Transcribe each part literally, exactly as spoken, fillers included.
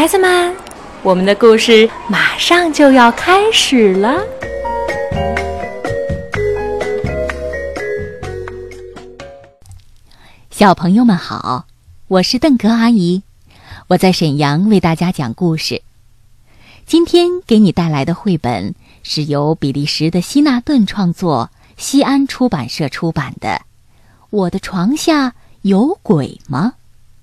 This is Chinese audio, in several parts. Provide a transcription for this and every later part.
孩子们，我们的故事马上就要开始了。 小朋友们好，我是邓格阿姨，我在沈阳为大家讲故事。今天给你带来的绘本是由比利时的希纳顿创作，西安出版社出版的《我的床下有鬼吗》。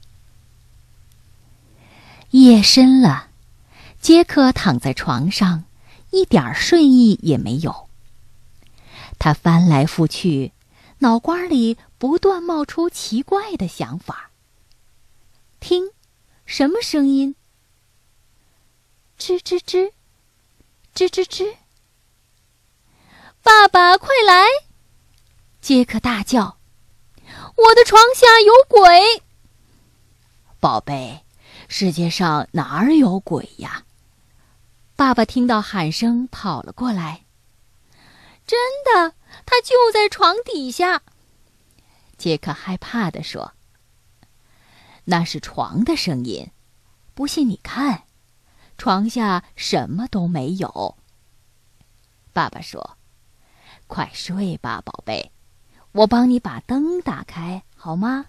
夜深了，杰克躺在床上，一点睡意也没有。他翻来覆去，脑瓜里不断冒出奇怪的想法。听，什么声音？吱吱吱，吱吱吱。爸爸，快来！杰克大叫：“我的床下有鬼！”宝贝，世界上哪儿有鬼呀？爸爸听到喊声跑了过来。真的，他就在床底下。杰克害怕地说：“那是床的声音，不信你看，床下什么都没有。”爸爸说：“快睡吧，宝贝，我帮你把灯打开，好吗？”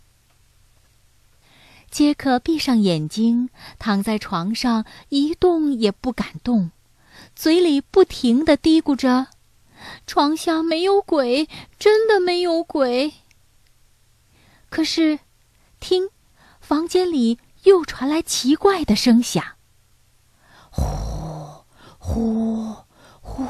杰克闭上眼睛，躺在床上一动也不敢动，嘴里不停地嘀咕着：“床下没有鬼，真的没有鬼。”可是，听，房间里又传来奇怪的声响，呼呼呼！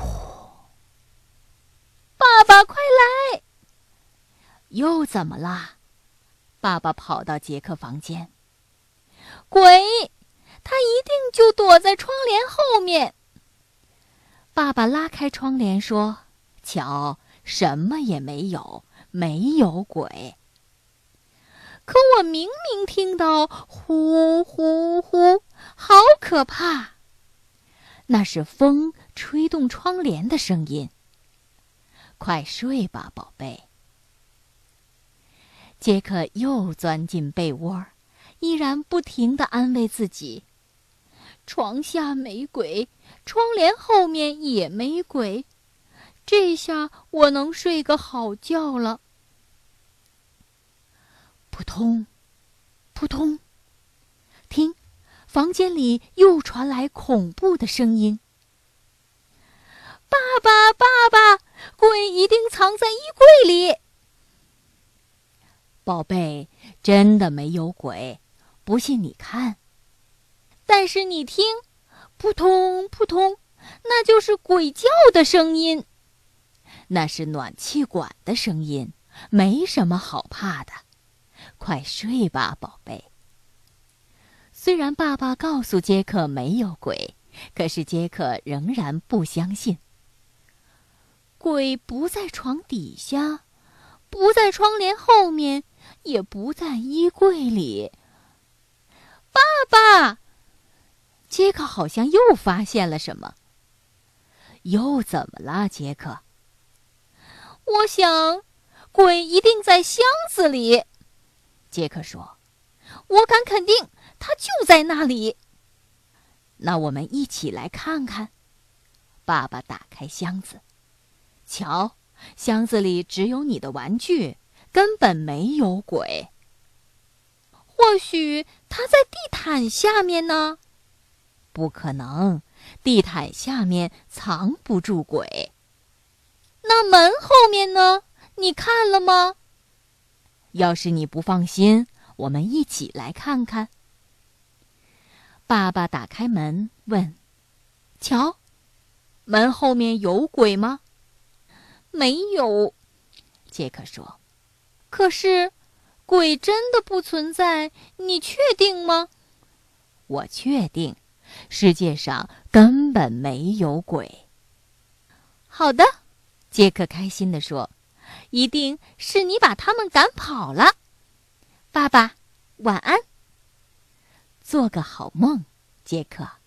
爸爸，快来！又怎么了？爸爸跑到杰克房间。鬼，他一定就躲在窗帘后面。爸爸拉开窗帘说：“瞧，什么也没有，没有鬼。”可我明明听到呼呼呼，好可怕！那是风吹动窗帘的声音。快睡吧，宝贝。杰克又钻进被窝，依然不停地安慰自己：床下没鬼，窗帘后面也没鬼，这下我能睡个好觉了。扑通，扑通，听，房间里又传来恐怖的声音。爸爸，爸爸，鬼一定藏在衣柜里。宝贝，真的没有鬼，不信你看。但是你听，扑通扑通，那就是鬼叫的声音。那是暖气管的声音，没什么好怕的。快睡吧，宝贝。虽然爸爸告诉杰克没有鬼，可是杰克仍然不相信。鬼不在床底下，不在窗帘后面，也不在衣柜里。爸爸！杰克好像又发现了什么。又怎么了，杰克？我想，鬼一定在箱子里。杰克说：“我敢肯定，他就在那里。”那我们一起来看看。爸爸打开箱子，瞧，箱子里只有你的玩具，根本没有鬼。或许他在地毯下面呢？不可能，地毯下面藏不住鬼。那门后面呢？你看了吗？要是你不放心，我们一起来看看。爸爸打开门，问：“瞧，门后面有鬼吗？”没有，杰克说。可是，鬼真的不存在，你确定吗？我确定，世界上根本没有鬼。好的，杰克开心地说。一定是你把他们赶跑了。爸爸，晚安。做个好梦，杰克。